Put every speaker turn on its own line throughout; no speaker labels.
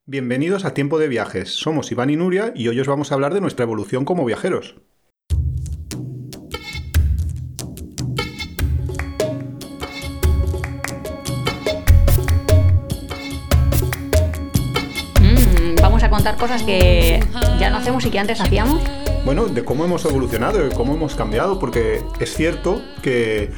Bienvenidos a Tiempo de Viajes. Somos Iván y Nuria y hoy os vamos a hablar de nuestra evolución como viajeros.
Vamos a contar cosas que ya no hacemos y que antes hacíamos.
Bueno, de cómo hemos evolucionado, de cómo hemos cambiado, porque es cierto que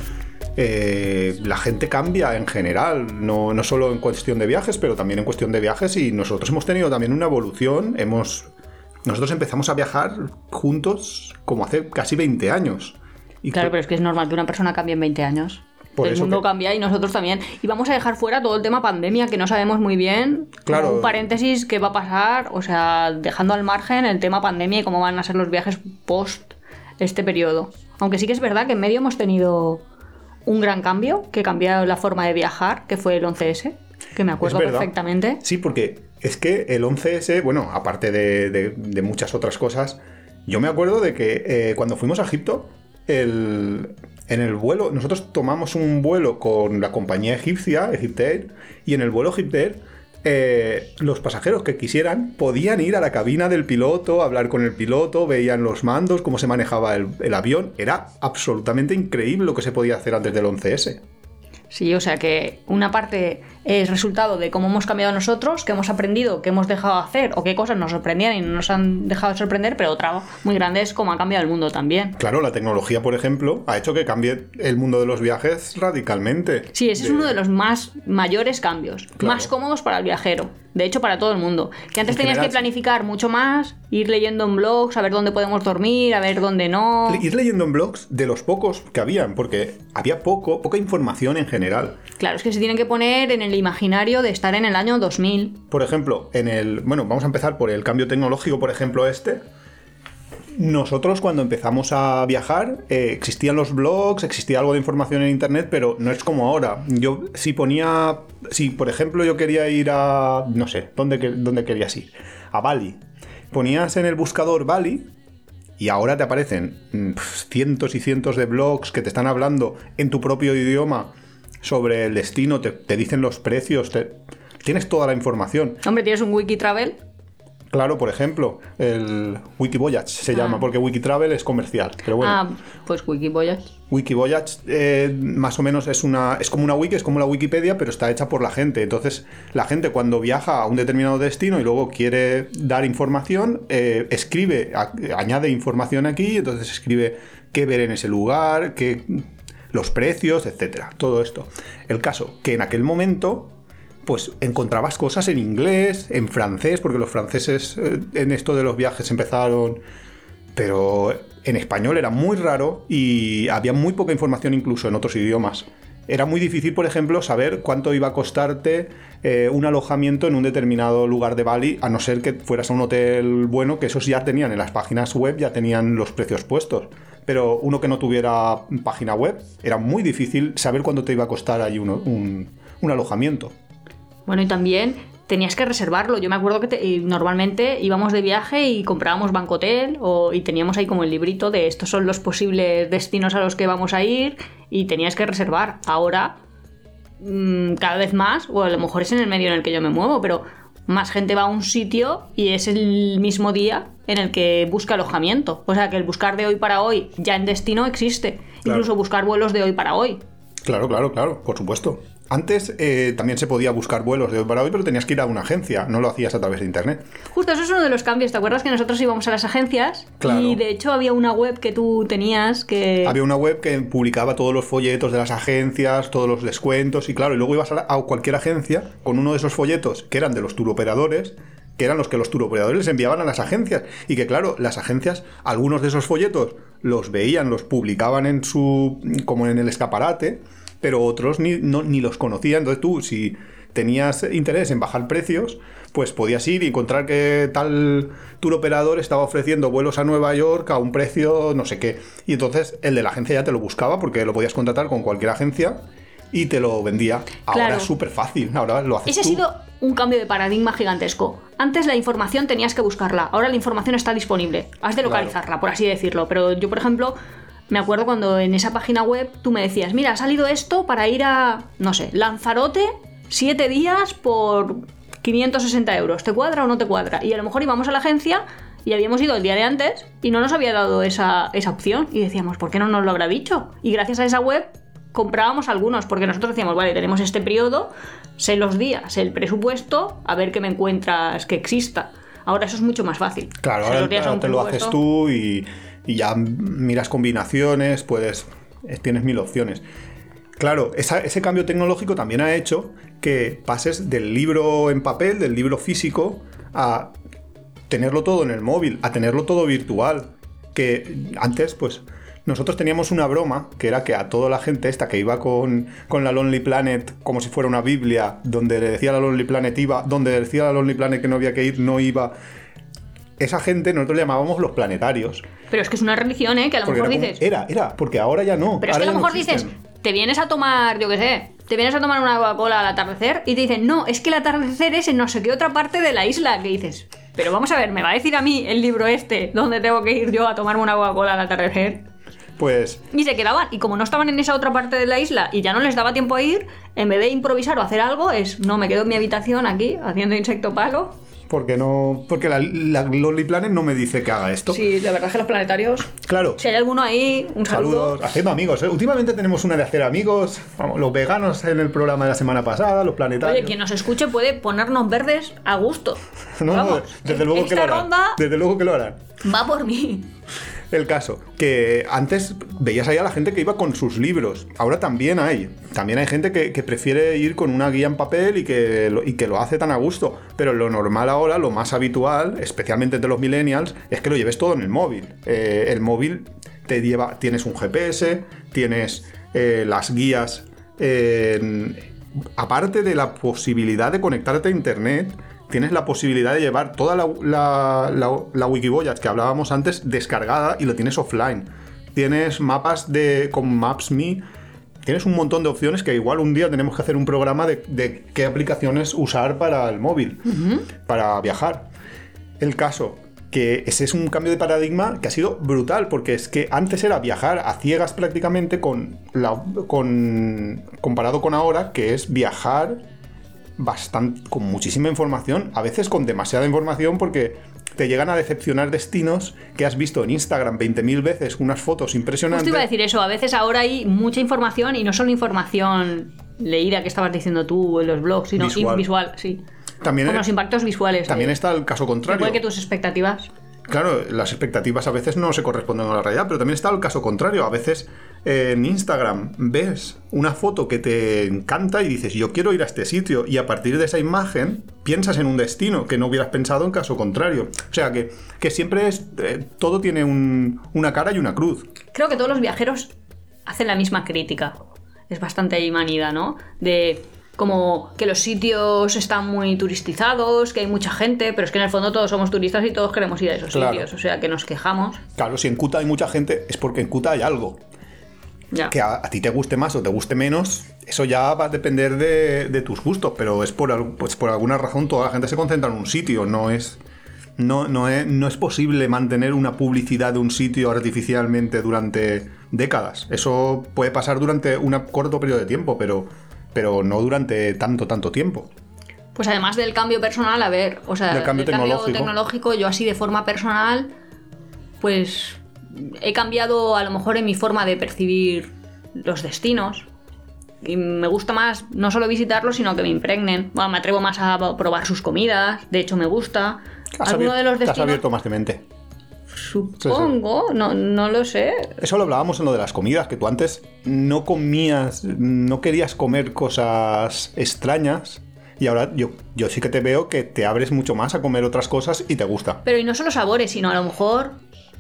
la gente cambia en general, no solo en cuestión de viajes, pero también en cuestión de viajes, y nosotros hemos tenido también una evolución. Nosotros empezamos a viajar juntos como hace casi 20 años.
Claro, pero es que es normal que una persona cambie en 20 años. El mundo cambia y nosotros también. Y vamos a dejar fuera todo el tema pandemia, que no sabemos muy bien.
Claro.
Un paréntesis, ¿qué va a pasar? O sea, dejando al margen el tema pandemia y cómo van a ser los viajes post este periodo. Aunque sí que es verdad que en medio hemos tenido un gran cambio, que cambió la forma de viajar, que fue el 11S, que me acuerdo perfectamente.
Sí, porque es que el 11S, bueno, aparte de muchas otras cosas, yo me acuerdo de que cuando fuimos a Egipto, en el vuelo, nosotros tomamos un vuelo con la compañía egipcia, Egyptair, y en el vuelo Egyptair, los pasajeros que quisieran podían ir a la cabina del piloto, hablar con el piloto, veían los mandos, cómo se manejaba el avión. Era absolutamente increíble lo que se podía hacer antes del 11S.
Sí, o sea que una parte es resultado de cómo hemos cambiado nosotros, qué hemos aprendido, qué hemos dejado de hacer o qué cosas nos sorprendían y no nos han dejado de sorprender, pero otra muy grande es cómo ha cambiado el mundo también.
Claro, la tecnología, por ejemplo, ha hecho que cambie el mundo de los viajes radicalmente.
Sí, ese es uno de los más mayores cambios,
claro,
más cómodos para el viajero. De hecho, para todo el mundo. Que antes tenías que planificar mucho más, ir leyendo en blogs, a ver dónde podemos dormir, a ver dónde no.
Ir leyendo en blogs de los pocos que habían, porque había poca información en general.
Claro, es que se tienen que poner en el imaginario de estar en el año 2000.
Por ejemplo, bueno, vamos a empezar por el cambio tecnológico, por ejemplo, Nosotros cuando empezamos a viajar existían los blogs, existía algo de información en internet, pero no es como ahora. Si por ejemplo yo quería ir a, no sé, ¿dónde querías ir? A Bali. Ponías en el buscador Bali y ahora te aparecen cientos y cientos de blogs que te están hablando en tu propio idioma sobre el destino, te dicen los precios, tienes toda la información.
Hombre, ¿tienes un Wikitravel?
Claro, por ejemplo, el Wikivoyage se llama, porque Wikitravel es comercial, pero bueno.
Pues Wikivoyage.
Wikivoyage más o menos es como una wiki, es como la Wikipedia, pero está hecha por la gente. Entonces, la gente cuando viaja a un determinado destino y luego quiere dar información, añade información aquí, entonces escribe qué ver en ese lugar, los precios, etcétera. Todo esto. El caso, que en aquel momento pues encontrabas cosas en inglés, en francés, porque los franceses en esto de los viajes empezaron, pero en español era muy raro y había muy poca información incluso en otros idiomas. Era muy difícil, por ejemplo, saber cuánto iba a costarte un alojamiento en un determinado lugar de Bali, a no ser que fueras a un hotel bueno, que esos ya tenían en las páginas web, ya tenían los precios puestos. Pero uno que no tuviera página web, era muy difícil saber cuánto te iba a costar ahí un alojamiento.
Bueno, y también tenías que reservarlo. Yo me acuerdo que normalmente íbamos de viaje y comprábamos Bancotel y teníamos ahí como el librito de estos son los posibles destinos a los que vamos a ir y tenías que reservar. Ahora, cada vez más, o a lo mejor es en el medio en el que yo me muevo, pero más gente va a un sitio y es el mismo día en el que busca alojamiento. O sea que el buscar de hoy para hoy ya en destino existe. Claro. Incluso buscar vuelos de hoy para hoy.
Claro, por supuesto. Antes también se podía buscar vuelos de hoy para hoy, pero tenías que ir a una agencia, no lo hacías a través de internet.
Justo, eso es uno de los cambios. ¿Te acuerdas que nosotros íbamos a las agencias?
Claro.
Y de hecho había una web que tú tenías que...
Había una web que publicaba todos los folletos de las agencias, todos los descuentos, y claro, y luego ibas a cualquier agencia con uno de esos folletos que eran de los turoperadores, que eran los que los turoperadores enviaban a las agencias. Y que claro, las agencias, algunos de esos folletos los veían, los publicaban como en el escaparate, pero otros ni los conocían. Entonces tú, si tenías interés en bajar precios, pues podías ir y encontrar que tal tour operador estaba ofreciendo vuelos a Nueva York a un precio no sé qué. Y entonces el de la agencia ya te lo buscaba porque lo podías contratar con cualquier agencia y te lo vendía. Ahora
claro.
Es súper fácil, ahora lo haces
Ese ha sido un cambio de paradigma gigantesco. Antes la información tenías que buscarla, ahora la información está disponible. Has de localizarla, claro, por así decirlo. Pero yo, por ejemplo... Me acuerdo cuando en esa página web tú me decías, mira, ha salido esto para ir a, no sé, Lanzarote 7 días por 560 euros, ¿te cuadra o no te cuadra? Y a lo mejor íbamos a la agencia y habíamos ido el día de antes y no nos había dado esa opción. Y decíamos, ¿por qué no nos lo habrá dicho? Y gracias a esa web comprábamos algunos, porque nosotros decíamos, vale, tenemos este periodo, sé los días, sé el presupuesto, a ver qué me encuentras que exista. Ahora eso es mucho más fácil.
Claro, ahora te lo haces tú y ya miras combinaciones, tienes 1000 opciones. Claro, ese cambio tecnológico también ha hecho que pases del libro en papel, del libro físico, a tenerlo todo en el móvil, a tenerlo todo virtual. Que antes, pues, nosotros teníamos una broma, que era que a toda la gente esta que iba con la Lonely Planet como si fuera una biblia, donde le decía a la Lonely Planet iba, donde le decía a la Lonely Planet que no había que ir, no iba. Esa gente nosotros le llamábamos los planetarios.
Pero es que es una religión, ¿eh? Que a lo mejor dices...
Era, porque ahora ya no.
Pero es que a lo mejor dices, te vienes a tomar, yo qué sé, te vienes a tomar una Coca-Cola al atardecer y te dicen, no, es que el atardecer es en no sé qué otra parte de la isla. Que dices, pero vamos a ver, ¿me va a decir a mí el libro dónde tengo que ir yo a tomarme una Coca-Cola al atardecer?
Pues...
Y se quedaban, y como no estaban en esa otra parte de la isla y ya no les daba tiempo a ir, en vez de improvisar o hacer algo, no, me quedo en mi habitación aquí haciendo insecto palo.
Porque la Lonely Planet no me dice que haga esto.
Sí, la verdad es que los planetarios...
Claro.
Si hay alguno ahí, un saludo.
Saludos. Haciendo amigos, ¿eh? Últimamente tenemos una de hacer amigos. Vamos, los veganos en el programa de la semana pasada, los planetarios.
Oye, quien nos escuche puede ponernos verdes a gusto.
No,
vamos,
desde luego que lo harán.
Ronda
desde luego que lo harán.
va por mí.
El caso, que antes veías ahí a la gente que iba con sus libros. Ahora también hay gente que prefiere ir con una guía en papel y que lo hace tan a gusto. Pero lo normal ahora, lo más habitual, especialmente entre los millennials, es que lo lleves todo en el móvil. El móvil tienes un GPS, tienes las guías. Aparte de la posibilidad de conectarte a internet, tienes la posibilidad de llevar toda la Wikivoyage que hablábamos antes descargada y lo tienes offline. Tienes mapas con Maps.me. Tienes un montón de opciones que igual un día tenemos que hacer un programa de qué aplicaciones usar para el móvil, para viajar. El caso, que ese es un cambio de paradigma que ha sido brutal, porque es que antes era viajar a ciegas prácticamente comparado con ahora, que es viajar con muchísima información, a veces con demasiada información, porque te llegan a decepcionar destinos que has visto en Instagram 20.000 veces, unas fotos impresionantes.
Justo iba a decir eso, a veces ahora hay mucha información y no solo información leída que estabas diciendo tú en los blogs, sino visual, sí.
También
con los impactos visuales.
También está el caso contrario.
Igual que tus expectativas.
Claro, las expectativas a veces no se corresponden a la realidad, pero también está el caso contrario. A veces en Instagram ves una foto que te encanta y dices, yo quiero ir a este sitio, y a partir de esa imagen piensas en un destino que no hubieras pensado en caso contrario. O sea que siempre todo tiene una cara y una cruz.
Creo que todos los viajeros hacen la misma crítica. Es bastante ahí manida, ¿no? De como que los sitios están muy turistizados, que hay mucha gente, pero es que en el fondo todos somos turistas y todos queremos ir a esos sitios, o sea que nos quejamos.
Claro, si en Kuta hay mucha gente es porque en Kuta hay algo. Ya. Que a ti te guste más o te guste menos, eso ya va a depender de tus gustos, pero es por alguna razón toda la gente se concentra en un sitio, no es posible mantener una publicidad de un sitio artificialmente durante décadas. Eso puede pasar durante un corto periodo de tiempo, pero no durante tanto tiempo.
Pues además del cambio personal, del cambio tecnológico, yo así de forma personal, pues he cambiado a lo mejor en mi forma de percibir los destinos. Y me gusta más no solo visitarlos, sino que me impregnen. Bueno, me atrevo más a probar sus comidas, de hecho me gusta. ¿Alguno de los destinos?
Te has abierto más de mente.
Supongo, sí. No lo sé.
Eso lo hablábamos en lo de las comidas, que tú antes no querías comer cosas extrañas, y ahora yo sí que te veo que te abres mucho más a comer otras cosas y te gusta.
Pero y no solo sabores, sino a lo mejor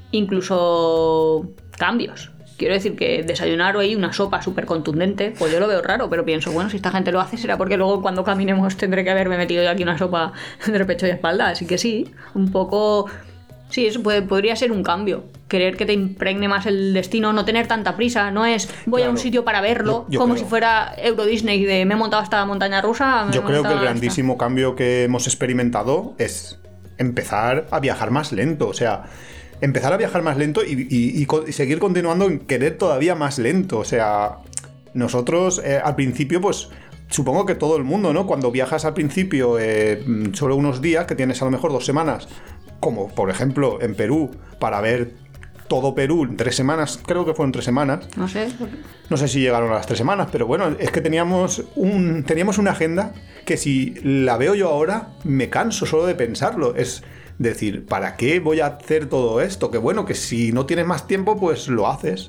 incluso cambios. Quiero decir que desayunar hoy una sopa súper contundente, pues yo lo veo raro, pero pienso, bueno, si esta gente lo hace será porque luego cuando caminemos tendré que haberme metido yo aquí una sopa entre pecho y espalda, así que sí, un poco... Sí, eso podría ser un cambio. Querer que te impregne más el destino, no tener tanta prisa. No es voy a un sitio para verlo, como si fuera Euro Disney de me he montado esta montaña rusa.
Yo creo que el grandísimo cambio que hemos experimentado es empezar a viajar más lento. O sea, empezar a viajar más lento y seguir continuando en querer todavía más lento. O sea, nosotros al principio pues supongo que todo el mundo, ¿no? Cuando viajas al principio solo unos días, que tienes a lo mejor 2 semanas, como por ejemplo en Perú, para ver todo Perú en 3 semanas, creo que fueron 3 semanas.
No sé.
No sé si llegaron a las 3 semanas, pero bueno, es que teníamos una agenda que si la veo yo ahora, me canso solo de pensarlo. Es decir, ¿para qué voy a hacer todo esto? Que bueno, que si no tienes más tiempo, pues lo haces.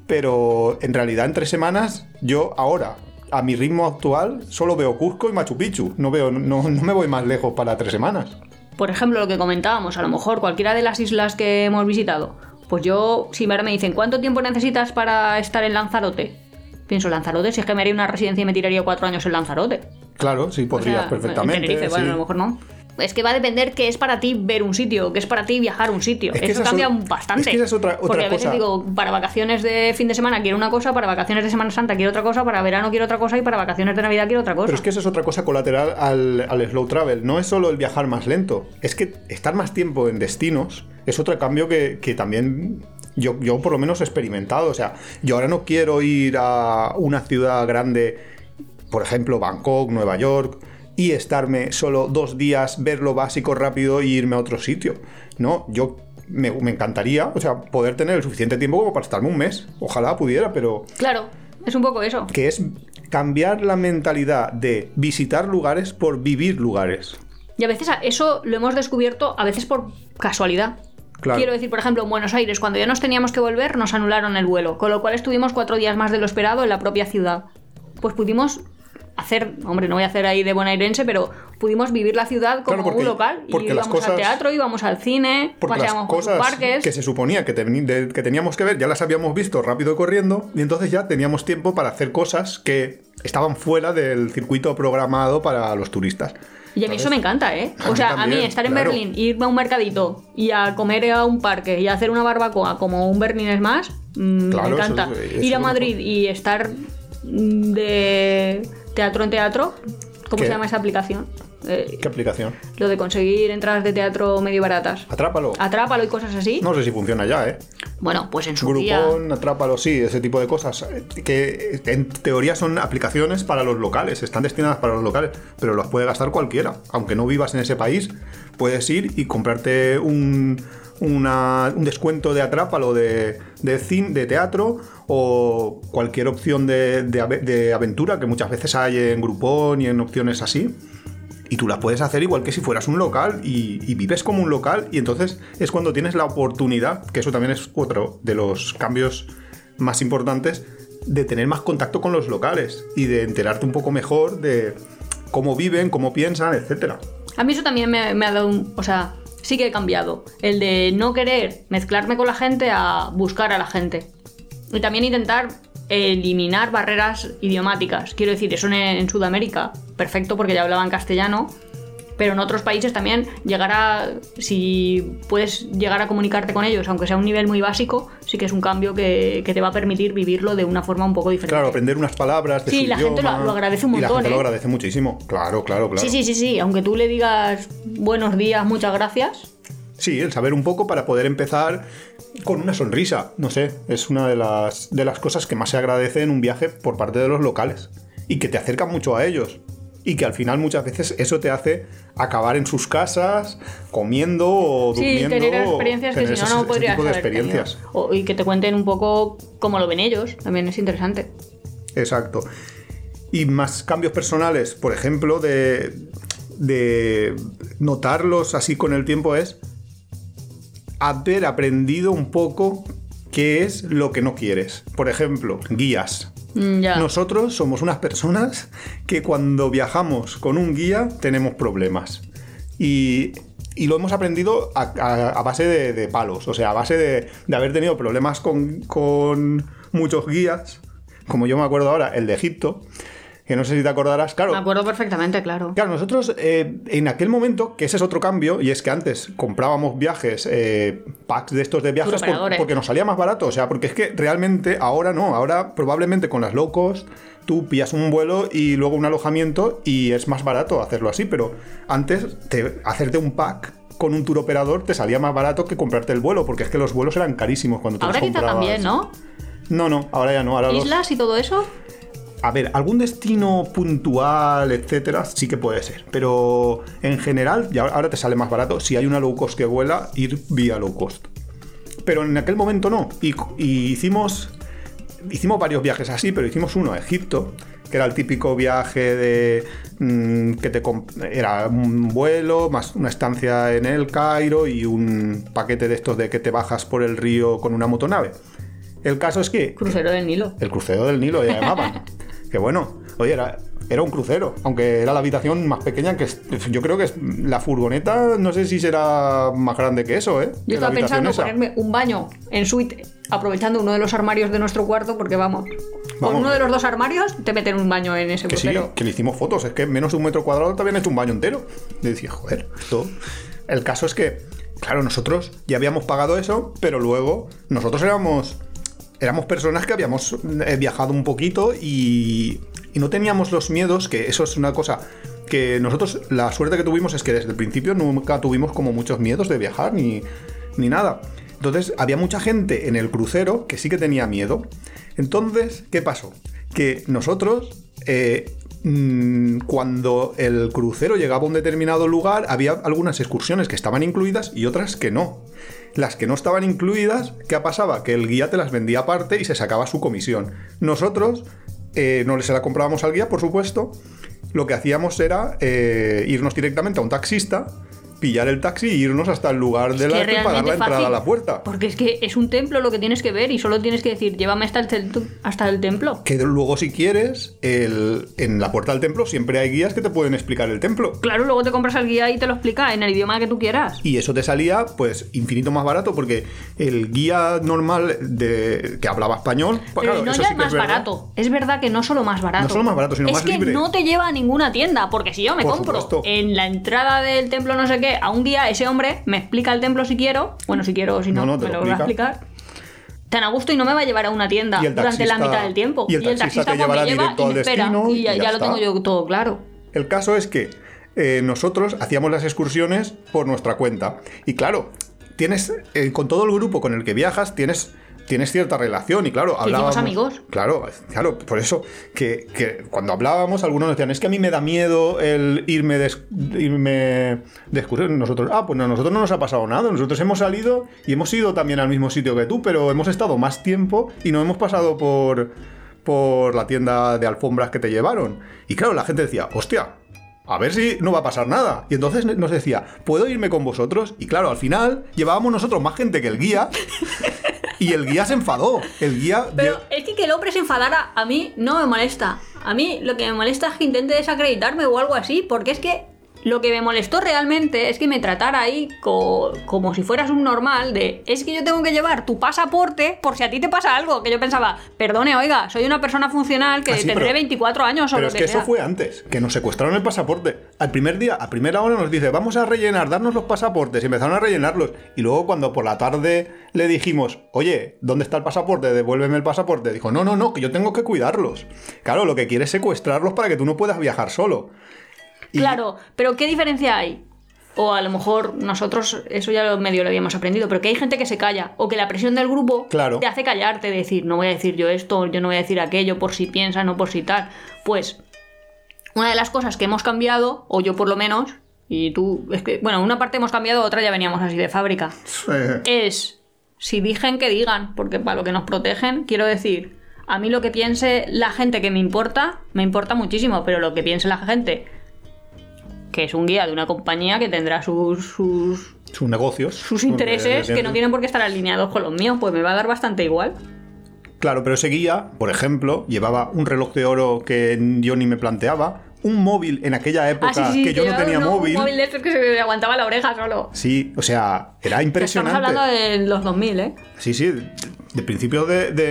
Pero en realidad en 3 semanas, yo ahora, a mi ritmo actual, solo veo Cusco y Machu Picchu. No me voy más lejos para 3 semanas.
Por ejemplo, lo que comentábamos, a lo mejor cualquiera de las islas que hemos visitado, pues yo, si ahora me dicen, ¿cuánto tiempo necesitas para estar en Lanzarote? Pienso, Lanzarote, si es que me haría una residencia y me tiraría 4 años en Lanzarote.
Claro, sí, podrías perfectamente.
En Tenerife, bueno,
sí.
A lo mejor no. Es que va a depender qué es para ti ver un sitio, qué es para ti viajar a un sitio.
Es que
eso cambia bastante.
Es que esa es otra
Porque a veces
cosa.
digo, para vacaciones de fin de semana quiero una cosa, para vacaciones de Semana Santa quiero otra cosa, para verano quiero otra cosa y para vacaciones de Navidad quiero otra cosa.
Pero es que eso es otra cosa colateral al slow travel. No es solo el viajar más lento. Es que estar más tiempo en destinos es otro cambio que también yo por lo menos he experimentado. O sea, yo ahora no quiero ir a una ciudad grande, por ejemplo, Bangkok, Nueva York, y estarme solo 2 días, ver lo básico rápido y irme a otro sitio. No, yo me encantaría, o sea, poder tener el suficiente tiempo como para estarme un mes. Ojalá pudiera, pero...
Claro, es un poco eso.
Que es cambiar la mentalidad de visitar lugares por vivir lugares.
Y a veces eso lo hemos descubierto, a veces por casualidad.
Claro.
Quiero decir, por ejemplo, en Buenos Aires, cuando ya nos teníamos que volver, nos anularon el vuelo, con lo cual estuvimos 4 días más de lo esperado en la propia ciudad. Pues pudimos hacer, hombre, no voy a hacer ahí de bonaerense, pero pudimos vivir la ciudad como un local. Y íbamos al teatro, íbamos al cine, paseábamos por los parques.
Que se suponía que teníamos que ver, ya las habíamos visto rápido corriendo, y entonces ya teníamos tiempo para hacer cosas que estaban fuera del circuito programado para los turistas.
Y a mí eso me encanta, ¿eh? O sea, también, a mí estar en Berlín, irme a un mercadito y a comer a un parque y a hacer una barbacoa como un berlinés más, me encanta. Ir a Madrid y estar de teatro en teatro, ¿cómo se llama esa aplicación?
¿Qué aplicación?
Lo de conseguir entradas de teatro medio baratas.
Atrápalo.
Atrápalo y cosas así.
No sé si funciona ya, ¿eh?
Bueno, pues en su día.
Groupon, Atrápalo, sí, ese tipo de cosas. Que en teoría son aplicaciones para los locales, están destinadas para los locales, pero las puede gastar cualquiera. Aunque no vivas en ese país, puedes ir y comprarte un descuento de Atrápalo de cine, de teatro, o cualquier opción de aventura que muchas veces hay en Groupon y en opciones así. Y tú las puedes hacer igual que si fueras un local y vives como un local, y entonces es cuando tienes la oportunidad, que eso también es otro de los cambios más importantes, de tener más contacto con los locales y de enterarte un poco mejor de cómo viven, cómo piensan, etcétera.
A mí eso también me ha dado o sea, sí que he cambiado. El de no querer mezclarme con la gente a buscar a la gente. Y también intentar eliminar barreras idiomáticas. Quiero decir, eso en Sudamérica, perfecto, porque ya hablaban castellano, pero en otros países también si puedes llegar a comunicarte con ellos, aunque sea a un nivel muy básico, sí que es un cambio que te va a permitir vivirlo de una forma un poco diferente.
Claro, aprender unas palabras de su idioma. Sí, la
gente lo agradece un montón.
Y la gente lo agradece muchísimo. Claro.
Sí, aunque tú le digas buenos días, muchas gracias.
Sí, el saber un poco para poder empezar con una sonrisa. No sé, es una de las cosas que más se agradece en un viaje por parte de los locales. Y que te acercan mucho a ellos. Y que al final muchas veces eso te hace acabar en sus casas, comiendo o durmiendo.
Sí, tener experiencias que si no podrías haber
experiencias.
Y que te cuenten un poco cómo lo ven ellos. También es interesante.
Exacto. Y más cambios personales, por ejemplo, de notarlos así con el tiempo, es haber aprendido un poco qué es lo que no quieres. Por ejemplo, guías.
Ya.
Nosotros somos unas personas que cuando viajamos con un guía tenemos problemas. Y lo hemos aprendido a base de palos. O sea, a base de haber tenido problemas con muchos guías. Como yo me acuerdo ahora, el de Egipto. Que no sé si te acordarás, claro.
Me acuerdo perfectamente, claro.
Claro, nosotros en aquel momento, que ese es otro cambio, y es que antes comprábamos viajes, packs de estos de viajes porque nos salía más barato. O sea, porque es que realmente ahora no. Ahora probablemente con las low cost tú pillas un vuelo y luego un alojamiento y es más barato hacerlo así. Pero antes hacerte un pack con un tour operador te salía más barato que comprarte el vuelo, porque es que los vuelos eran carísimos cuando tú los comprabas.
Ahora quizá también, ¿no?
No, ahora ya no. Ahora
¿Islas y todo eso?
A ver, algún destino puntual, etcétera, sí que puede ser. Pero en general, ya ahora te sale más barato si hay una low cost que vuela, ir vía low cost. Pero en aquel momento no. Y hicimos varios viajes así, pero hicimos uno a Egipto, que era el típico viaje de era un vuelo más una estancia en El Cairo y un paquete de estos de que te bajas por el río con una motonave. El caso es que...
Crucero del Nilo.
El crucero del Nilo, ya llamaban. Que bueno, oye, era un crucero, aunque era la habitación más pequeña, que yo creo que es la furgoneta, no sé si será más grande que eso, ¿eh?
Yo estaba pensando ponerme un baño en suite, aprovechando uno de los armarios de nuestro cuarto, porque vamos, con uno de los dos armarios te meten un baño en ese crucero.
Sí, que le hicimos fotos, es que menos de 1 metro cuadrado te habían hecho un baño entero. Y decía, joder, esto... El caso es que, claro, nosotros ya habíamos pagado eso, pero luego nosotros éramos personas que habíamos viajado un poquito y no teníamos los miedos, que eso es una cosa que nosotros, la suerte que tuvimos es que desde el principio nunca tuvimos como muchos miedos de viajar ni nada. Entonces había mucha gente en el crucero que sí que tenía miedo. Entonces, ¿qué pasó? Que nosotros, cuando el crucero llegaba a un determinado lugar, había algunas excursiones que estaban incluidas y otras que no. Las que no estaban incluidas, ¿qué pasaba? Que el guía te las vendía aparte y se sacaba su comisión. Nosotros no se la comprábamos al guía, por supuesto. Lo que hacíamos era irnos directamente a un taxista, pillar el taxi e irnos hasta el lugar de la y pagar la entrada a la puerta.
Porque es que es un templo lo que tienes que ver y solo tienes que decir, llévame hasta el templo.
Que luego, si quieres, en la puerta del templo siempre hay guías que te pueden explicar el templo.
Claro, luego te compras al guía y te lo explica en el idioma que tú quieras.
Y eso te salía, pues, infinito más barato, porque el guía normal que hablaba español... Pues,
pero
claro,
no
eso
ya
sí
es
que
más
es verdad.
barato. Es verdad que no solo más barato.
No solo más barato, sino más libre.
Es que no te lleva a ninguna tienda, porque si yo me compro en la entrada del templo no sé qué a un guía, ese hombre me explica el templo si quiero, bueno, si quiero o si no, me lo va a explicar tan a gusto y no me va a llevar a una tienda durante la mitad del tiempo.
Y el taxista pues me lleva y me espera
y ya lo tengo yo todo claro.
El caso es que nosotros hacíamos las excursiones por nuestra cuenta y claro, tienes con todo el grupo con el que viajas tienes cierta relación y claro, hablábamos...
amigos.
Claro, por eso que cuando hablábamos algunos decían, es que a mí me da miedo el irme de excursión. Nosotros, pues no, a nosotros no nos ha pasado nada. Nosotros hemos salido y hemos ido también al mismo sitio que tú, pero hemos estado más tiempo y no hemos pasado por la tienda de alfombras que te llevaron. Y claro, la gente decía, hostia, a ver si no va a pasar nada. Y entonces nos decía, ¿puedo irme con vosotros? Y claro, al final llevábamos nosotros más gente que el guía. Y el guía se enfadó.
Pero es que el hombre se enfadara a mí no me molesta. A mí lo que me molesta es que intente desacreditarme o algo así, porque es que lo que me molestó realmente es que me tratara ahí como si fueras un normal es que yo tengo que llevar tu pasaporte por si a ti te pasa algo. Que yo pensaba, perdone, oiga, soy una persona funcional que tendré 24 años o lo que sea.
Pero es que eso fue antes, que nos secuestraron el pasaporte. Al primer día, a primera hora nos dice, vamos a rellenar, darnos los pasaportes. Y empezaron a rellenarlos. Y luego cuando por la tarde le dijimos, oye, ¿dónde está el pasaporte? Devuélveme el pasaporte. Dijo, no, que yo tengo que cuidarlos. Claro, lo que quiere es secuestrarlos para que tú no puedas viajar solo.
Claro, pero ¿qué diferencia hay? O a lo mejor nosotros eso ya medio lo habíamos aprendido, pero que hay gente que se calla o que la presión del grupo te hace callarte, decir, no voy a decir yo esto, yo no voy a decir aquello por si piensan o por si tal. Pues una de las cosas que hemos cambiado, o yo por lo menos, y tú, es que, bueno, una parte hemos cambiado, otra ya veníamos así de fábrica, es, si dijen que digan, porque para lo que nos protegen, quiero decir, a mí lo que piense la gente que me importa muchísimo, pero lo que piense la gente... que es un guía de una compañía que tendrá sus
negocios,
sus intereses que no tienen por qué estar alineados con los míos, pues me va a dar bastante igual.
Claro, pero ese guía, por ejemplo, llevaba un reloj de oro que yo ni me planteaba, un móvil en aquella época que yo no tenía móvil.
Un móvil de estos que se le aguantaba la oreja solo.
Sí, o sea, era impresionante.
Estamos hablando de los 2000, ¿eh?
Sí, de principios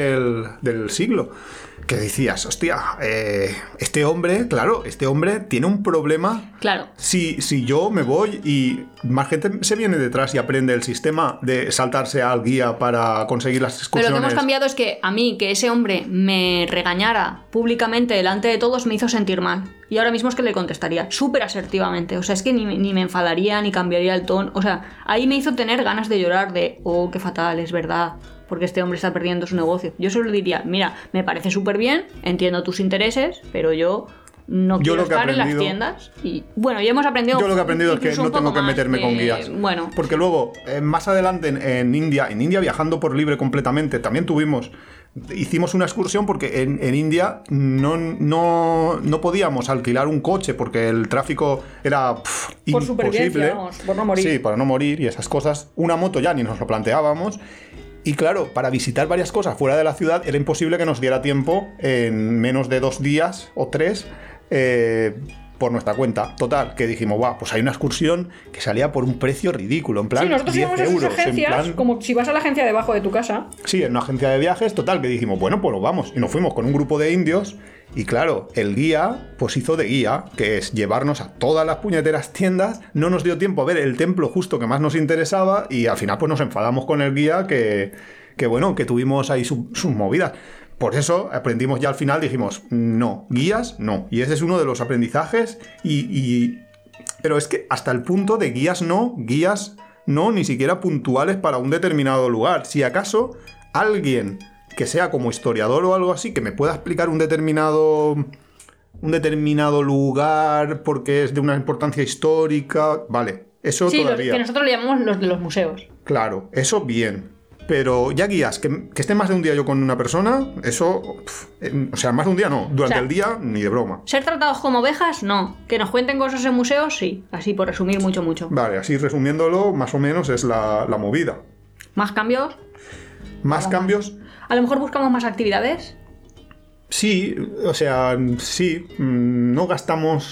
del siglo. Que decías, hostia, este hombre tiene un problema.
Claro.
Si yo me voy y más gente se viene detrás y aprende el sistema de saltarse al guía para conseguir las excursiones.
Pero lo que hemos cambiado es que a mí, que ese hombre me regañara públicamente delante de todos, me hizo sentir mal. Y ahora mismo es que le contestaría súper asertivamente. O sea, es que ni me enfadaría, ni cambiaría el tono. O sea, ahí me hizo tener ganas de llorar de, oh, qué fatal, es verdad. porque este hombre está perdiendo su negocio. Yo solo diría, mira, me parece súper bien, entiendo tus intereses, pero yo no quiero estar en las tiendas. Y bueno, ya hemos aprendido.
Yo lo que he aprendido es que no tengo que meterme con guías.
Bueno.
Porque luego, más adelante en India viajando por libre completamente, también hicimos una excursión porque en India no podíamos alquilar un coche porque el tráfico era
por
imposible.
Vamos, por no morir.
Sí, para no morir y esas cosas. Una moto ya ni nos lo planteábamos. Y claro, para visitar varias cosas fuera de la ciudad era imposible que nos diera tiempo en menos de 2 días o 3 por nuestra cuenta. Total, que dijimos, pues hay una excursión que salía por un precio ridículo, en plan
sí, nosotros
10
íbamos a esas
euros.
agencias, como si vas a la agencia debajo de tu casa.
Sí, en una agencia de viajes, total, que dijimos, bueno, pues nos vamos. Y nos fuimos con un grupo de indios y claro, el guía, pues hizo de guía, que es llevarnos a todas las puñeteras tiendas. No nos dio tiempo a ver el templo justo que más nos interesaba y al final pues nos enfadamos con el guía que bueno, que tuvimos ahí sus movidas. Por eso aprendimos ya al final, dijimos, no, guías no. Y ese es uno de los aprendizajes pero es que hasta el punto de guías no, ni siquiera puntuales para un determinado lugar. Si acaso alguien que sea como historiador o algo así, que me pueda explicar un determinado lugar porque es de una importancia histórica, vale, eso
sí,
todavía.
Sí, que nosotros le llamamos los de los museos.
Claro, eso bien. Pero ya guías, que esté más de un día yo con una persona, eso, o sea, más de un día no, durante el día ni de broma.
¿Ser tratados como ovejas? No. ¿Que nos cuenten cosas en museos? Sí. Así por resumir mucho.
Vale, así resumiéndolo, más o menos es la movida.
¿Más cambios?
¿Más cambios?
¿A lo mejor buscamos más actividades?
Sí, o sea, sí, nos gastamos,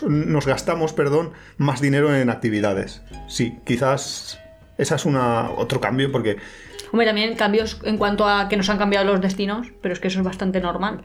más dinero en actividades. Sí, quizás esa es otro cambio porque...
Hombre, también cambios en cuanto a que nos han cambiado los destinos, pero es que eso es bastante normal.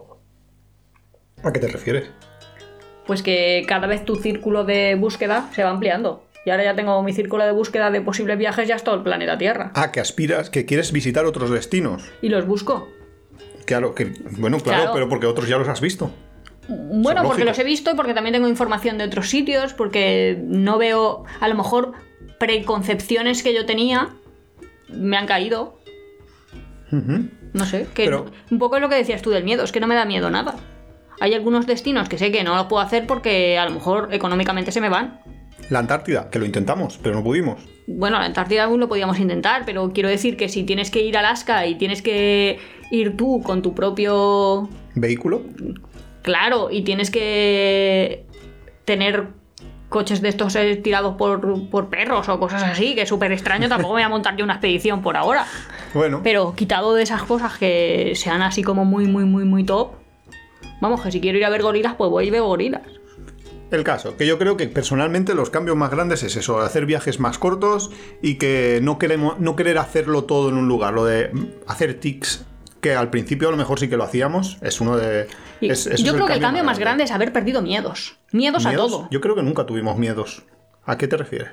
¿A qué te refieres?
Pues que cada vez tu círculo de búsqueda se va ampliando. Y ahora ya tengo mi círculo de búsqueda de posibles viajes, ya es todo el planeta Tierra.
Ah, que aspiras, que quieres visitar otros destinos.
Y los busco.
Claro, claro, pero porque otros ya los has visto.
Bueno, porque los he visto y porque también tengo información de otros sitios, porque no veo, a lo mejor, preconcepciones que yo tenía me han caído.
Uh-huh.
No sé, un poco es lo que decías tú del miedo, es que no me da miedo nada. Hay algunos destinos que sé que no los puedo hacer porque a lo mejor económicamente se me van.
La Antártida, que lo intentamos, pero no pudimos.
Bueno, la Antártida aún lo podíamos intentar, pero quiero decir que si tienes que ir a Alaska y tienes que ir tú con tu propio...
¿Vehículo?
Claro, y tienes que tener coches de estos tirados por perros o cosas así, que es súper extraño, tampoco me voy a montar yo una expedición por ahora.
Bueno.
Pero quitado de esas cosas que sean así como muy, muy, muy, muy top, vamos, que si quiero ir a ver gorilas, pues voy y veo gorilas.
El caso, que yo creo que personalmente los cambios más grandes es eso, hacer viajes más cortos y que no querer hacerlo todo en un lugar, lo de hacer tics, que al principio a lo mejor sí que lo hacíamos, es uno de...
Yo creo que el cambio más grande es haber perdido miedos. Miedos a todo.
Yo creo que nunca tuvimos miedos. ¿A qué te refieres?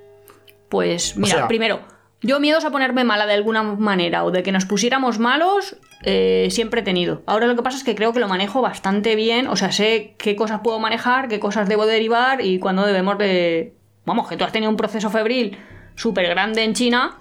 Pues mira, primero, yo miedos a ponerme mala de alguna manera o de que nos pusiéramos malos, siempre he tenido. Ahora lo que pasa es que creo que lo manejo bastante bien, o sea, sé qué cosas puedo manejar, qué cosas debo derivar y cuándo debemos de... Vamos, que tú has tenido un proceso febril súper grande en China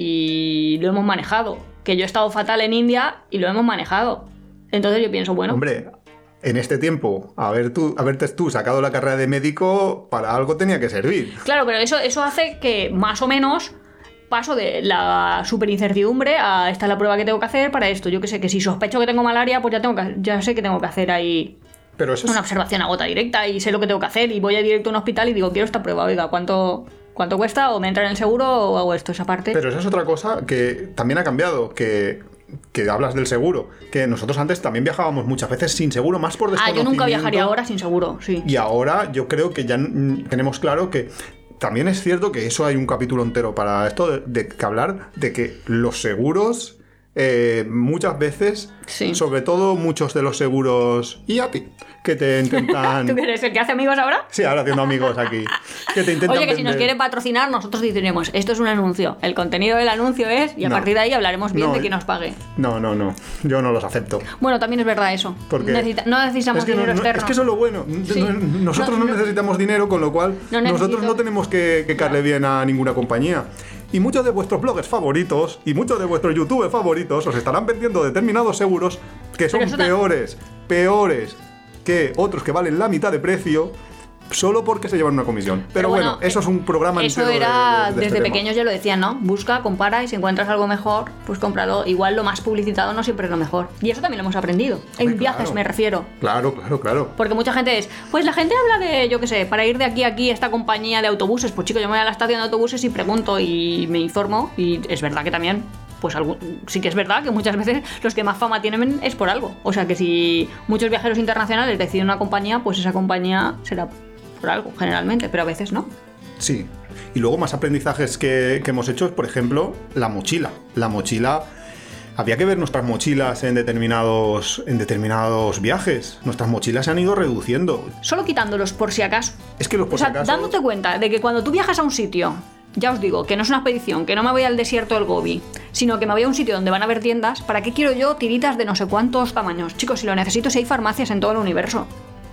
y lo hemos manejado. Que yo he estado fatal en India y lo hemos manejado. Entonces yo pienso, bueno...
Hombre, en este tiempo, haberte tú sacado la carrera de médico, para algo tenía que servir.
Claro, pero eso hace que más o menos paso de la superincertidumbre a esta es la prueba que tengo que hacer para esto. Yo que sé, que si sospecho que tengo malaria, pues ya sé que tengo que hacer ahí
pero eso
una observación a gota directa y sé lo que tengo que hacer y voy a directo a un hospital y digo, quiero esta prueba, oiga, ¿cuánto cuesta? ¿O me entra en el seguro o hago esto, esa parte?
Pero esa es otra cosa que también ha cambiado, que hablas del seguro, que nosotros antes también viajábamos muchas veces sin seguro, más por desconocimiento.
Yo nunca viajaría ahora sin seguro, sí.
Y ahora yo creo que ya tenemos claro que también es cierto que eso hay un capítulo entero para esto, de hablar de que los seguros muchas veces,
sí.
Sobre todo muchos de los seguros IAPI, que te intentan...
¿Tú eres el que hace amigos ahora?
Sí, ahora haciendo amigos aquí. Que te intentan
Oye, que si nos quieren patrocinar, nosotros diremos, esto es un anuncio. El contenido del anuncio es, y a partir de ahí hablaremos bien de quién nos pague.
No, yo no los acepto.
Bueno, también es verdad eso.
Porque
no necesitamos dinero externo.
Es que eso es lo bueno. Sí. Nosotros no necesitamos dinero, con lo cual nosotros no tenemos que caerle bien a ninguna compañía. Y muchos de vuestros bloggers favoritos y muchos de vuestros youtubers favoritos os estarán vendiendo determinados seguros que son peores que otros que valen la mitad de precio, solo porque se llevan una comisión. Pero bueno, eso es un programa entero.
Eso era,
de
desde
este
pequeños
tema.
ya lo decían, ¿no? Busca, compara y si encuentras algo mejor, pues cómpralo. Igual lo más publicitado no siempre es lo mejor. Y eso también lo hemos aprendido. En viajes me refiero.
Claro.
Porque mucha gente pues la gente habla de, yo qué sé, para ir de aquí a aquí esta compañía de autobuses. Pues chicos, yo me voy a la estación de autobuses y pregunto y me informo. Y es verdad que también, pues sí que es verdad que muchas veces los que más fama tienen es por algo. O sea que si muchos viajeros internacionales deciden una compañía, pues esa compañía será por algo, generalmente, pero a veces no.
Sí. Y luego más aprendizajes que hemos hecho es, por ejemplo, la mochila. La mochila... Había que ver nuestras mochilas en determinados viajes. Nuestras mochilas se han ido reduciendo.
Solo quitándolos por si acaso.
Es que los por si acaso...
dándote cuenta de que cuando tú viajas a un sitio, ya os digo, que no es una expedición, que no me voy al desierto del Gobi, sino que me voy a un sitio donde van a haber tiendas, ¿para qué quiero yo tiritas de no sé cuántos tamaños? Chicos, si lo necesito, si hay farmacias en todo el universo.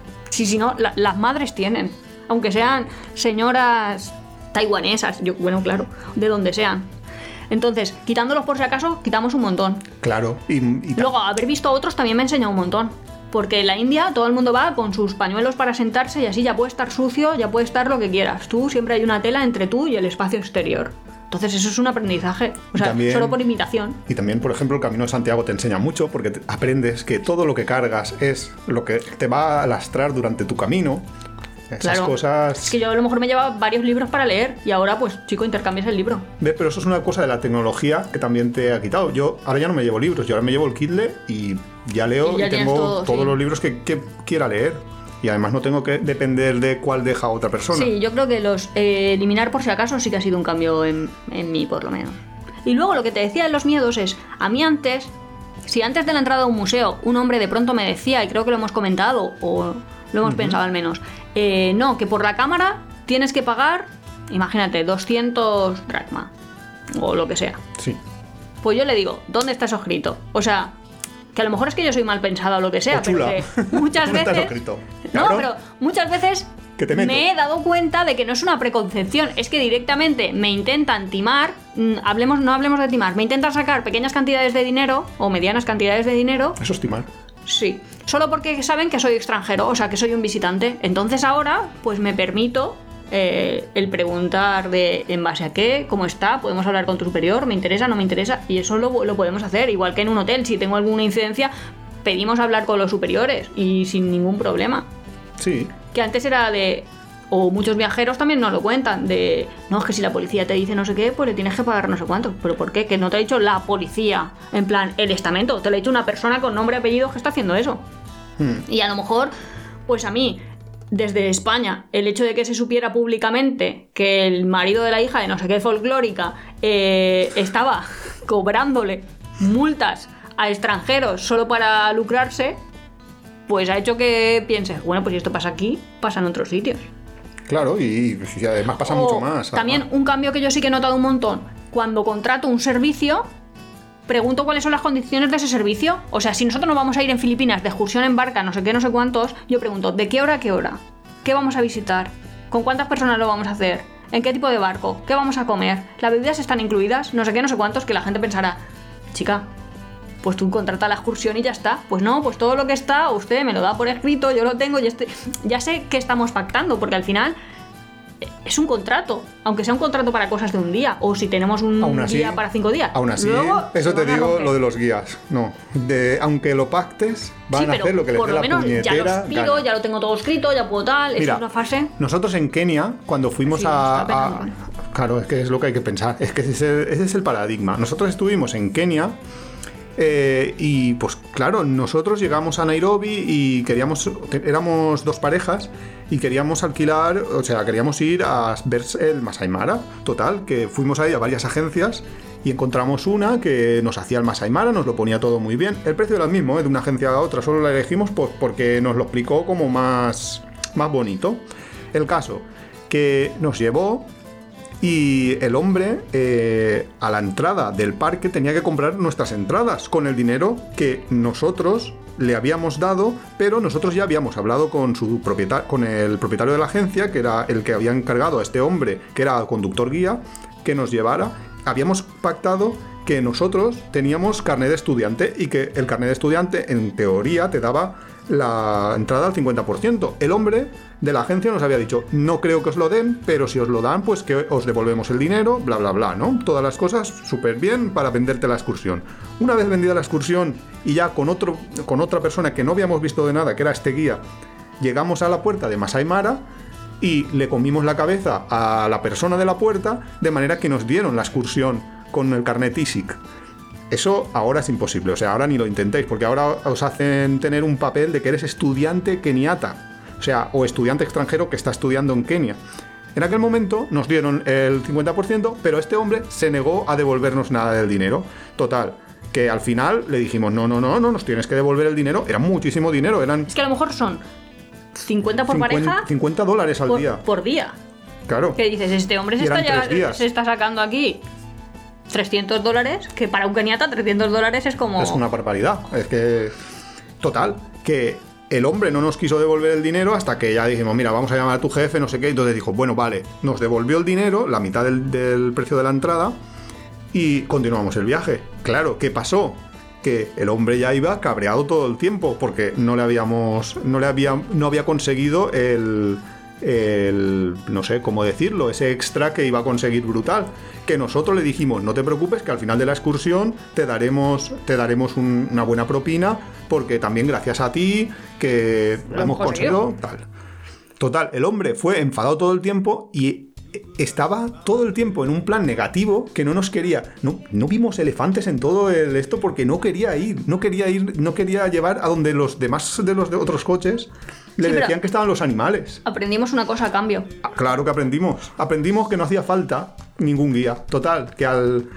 Si no, las madres tienen. Aunque sean señoras taiwanesas, bueno, claro, de donde sean. Entonces, quitándolos por si acaso, quitamos un montón.
Claro. Y
luego, haber visto a otros también me ha enseñado un montón. Porque en la India todo el mundo va con sus pañuelos para sentarse y así ya puede estar sucio, ya puede estar lo que quieras. Tú siempre hay una tela entre tú y el espacio exterior. Entonces eso es un aprendizaje, o sea, también, solo por imitación.
Y también, por ejemplo, el Camino de Santiago te enseña mucho porque aprendes que todo lo que cargas es lo que te va a lastrar durante tu camino. Esas cosas...
Es que yo a lo mejor me llevaba varios libros para leer y ahora, pues, chico, intercambias el libro.
¿Ves? Pero eso es una cosa de la tecnología que también te ha quitado. Yo ahora ya no me llevo libros, yo ahora me llevo el Kindle y ya leo y tengo todos los libros que quiera leer. Y además no tengo que depender de cuál deja otra persona.
Sí, yo creo que los eliminar por si acaso sí que ha sido un cambio en mí, por lo menos. Y luego lo que te decía de los miedos es, a mí antes, si antes de la entrada a un museo un hombre de pronto me decía, y creo que lo hemos comentado, o lo hemos pensado al menos, no, que por la cámara tienes que pagar, imagínate, 200 dracma, o lo que sea.
Sí.
Pues yo le digo, ¿dónde está eso escrito? O sea... Que a lo mejor es que yo soy mal pensada o lo que sea, pero que muchas veces... No, pero muchas veces me he dado cuenta de que no es una preconcepción, es que directamente me intentan timar, no hablemos de timar, me intentan sacar pequeñas cantidades de dinero o medianas cantidades de dinero.
¿Eso es timar?
Sí, solo porque saben que soy extranjero, o sea, que soy un visitante. Entonces ahora, pues me permito... el preguntar de en base a qué, cómo está, podemos hablar con tu superior, me interesa, no me interesa, y eso lo podemos hacer, igual que en un hotel, si tengo alguna incidencia, pedimos hablar con los superiores y sin ningún problema.
Sí.
Que antes era de... O muchos viajeros también nos lo cuentan, de... No, es que si la policía te dice no sé qué, pues le tienes que pagar no sé cuánto. ¿Pero por qué? Que no te ha dicho la policía, en plan, el estamento, te lo ha dicho una persona con nombre y apellido que está haciendo eso. Y a lo mejor, pues a mí... Desde España, el hecho de que se supiera públicamente que el marido de la hija de no sé qué folclórica estaba cobrándole multas a extranjeros solo para lucrarse, pues ha hecho que pienses, bueno, pues si esto pasa aquí, pasa en otros sitios.
Claro, y además pasa mucho más.
También un cambio que yo sí que he notado un montón, cuando contrato un servicio... Pregunto cuáles son las condiciones de ese servicio. O sea, si nosotros nos vamos a ir en Filipinas de excursión en barca, no sé qué, no sé cuántos, yo pregunto, ¿de qué hora a qué hora? ¿Qué vamos a visitar? ¿Con cuántas personas lo vamos a hacer? ¿En qué tipo de barco? ¿Qué vamos a comer? ¿Las bebidas están incluidas? No sé qué, no sé cuántos, que la gente pensará, chica, pues tú contrata la excursión y ya está. Pues no, pues todo lo que está, usted me lo da por escrito, yo lo tengo, ya sé que estamos pactando, porque al final... Es un contrato, aunque sea un contrato para cosas de un día, o si tenemos un día para 5 días.
Aún así, luego, eso te digo lo de los guías. No, aunque lo pactes, van a hacer lo que les dé la puñetera. Por lo menos ya los pido, ya
lo tengo todo escrito, ya puedo tal. Mira, es una fase.
Nosotros en Kenia, cuando fuimos claro, es que es lo que hay que pensar. Es que ese es el paradigma. Nosotros estuvimos en Kenia. Y pues claro, nosotros llegamos a Nairobi y éramos 2 parejas y queríamos alquilar, o sea, queríamos ir a ver el Masai Mara. Total, que fuimos ahí a varias agencias y encontramos una que nos hacía el Masai Mara, nos lo ponía todo muy bien. El precio era el mismo, de una agencia a otra, solo la elegimos pues porque nos lo explicó como más bonito. El caso, que nos llevó Y el hombre, a la entrada del parque, tenía que comprar nuestras entradas con el dinero que nosotros le habíamos dado, pero nosotros ya habíamos hablado con con el propietario de la agencia, que era el que había encargado a este hombre, que era conductor guía, que nos llevara. Habíamos pactado que nosotros teníamos carnet de estudiante y que el carnet de estudiante, en teoría, te daba la entrada al 50%. El hombre de la agencia nos había dicho, no creo que os lo den, pero si os lo dan, pues que os devolvemos el dinero, bla, bla, bla, ¿no? Todas las cosas súper bien para venderte la excursión. Una vez vendida la excursión y ya con otra persona que no habíamos visto de nada, que era este guía, llegamos a la puerta de Masai Mara y le comimos la cabeza a la persona de la puerta, de manera que nos dieron la excursión con el carnet ISIC. Eso ahora es imposible, o sea, ahora ni lo intentéis, porque ahora os hacen tener un papel de que eres estudiante keniata, o sea, o estudiante extranjero que está estudiando en Kenia. En aquel momento nos dieron el 50%, pero este hombre se negó a devolvernos nada del dinero. Total, que al final le dijimos, no, nos tienes que devolver el dinero. Era muchísimo dinero, eran...
Es que a lo mejor son 50 por pareja...
$50 al día.
Por día.
Claro.
Que dices, este hombre se está sacando aquí $300, que para un keniata $300 es como...
Es una barbaridad. Es que... Total, que el hombre no nos quiso devolver el dinero hasta que ya dijimos, mira, vamos a llamar a tu jefe, no sé qué. Entonces dijo, bueno, vale, nos devolvió el dinero, la mitad del precio de la entrada, y continuamos el viaje. Claro, ¿qué pasó? Que el hombre ya iba cabreado todo el tiempo porque no había conseguido el no sé cómo decirlo, ese extra que iba a conseguir brutal, que nosotros le dijimos, no te preocupes, que al final de la excursión te daremos una buena propina, porque también gracias a ti que lo hemos conseguido tal. Total, el hombre fue enfadado todo el tiempo y estaba todo el tiempo en un plan negativo, que no nos quería, no vimos elefantes en todo esto porque no quería llevar a donde los demás de los de otros coches le decían que estaban los animales.
Aprendimos una cosa a cambio.
Claro que aprendimos que no hacía falta ningún guía. Total, que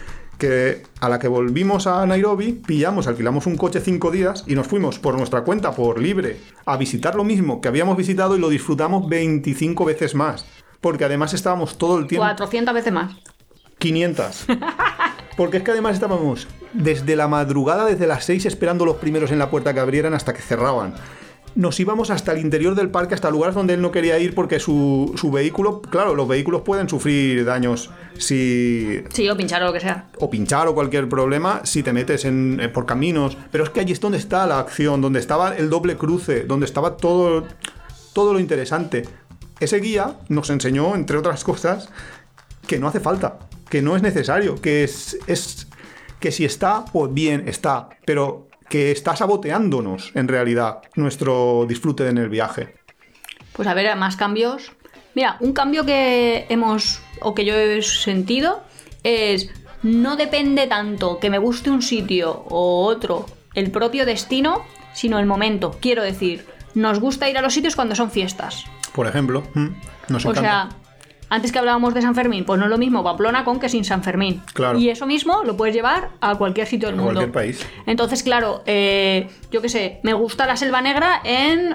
a la que volvimos a Nairobi, alquilamos un coche 5 días y nos fuimos por nuestra cuenta, por libre, a visitar lo mismo que habíamos visitado, y lo disfrutamos 25 veces más. Porque además estábamos todo el tiempo...
400 veces más.
500. Porque es que además estábamos desde la madrugada, desde las 6, esperando los primeros en la puerta que abrieran hasta que cerraban. Nos íbamos hasta el interior del parque, hasta lugares donde él no quería ir porque su vehículo... Claro, los vehículos pueden sufrir daños si...
Sí, o pinchar o lo que sea.
O pinchar o cualquier problema si te metes por caminos. Pero es que allí es donde está la acción, donde estaba el doble cruce, donde estaba todo lo interesante. Ese guía nos enseñó, entre otras cosas, que no hace falta, que no es necesario, que que si está, pues bien está, pero que está saboteándonos, en realidad, nuestro disfrute en el viaje.
Pues a ver, más cambios. Mira, un cambio que yo he sentido es, no depende tanto que me guste un sitio o otro, el propio destino, sino el momento. Quiero decir, nos gusta ir a los sitios cuando son fiestas.
Por ejemplo, nos encanta.
O sea, antes que hablábamos de San Fermín, pues no es lo mismo Pamplona con que sin San Fermín.
Claro.
Y eso mismo lo puedes llevar a cualquier sitio del mundo.
A cualquier país.
Entonces, claro, yo qué sé, me gusta la Selva Negra en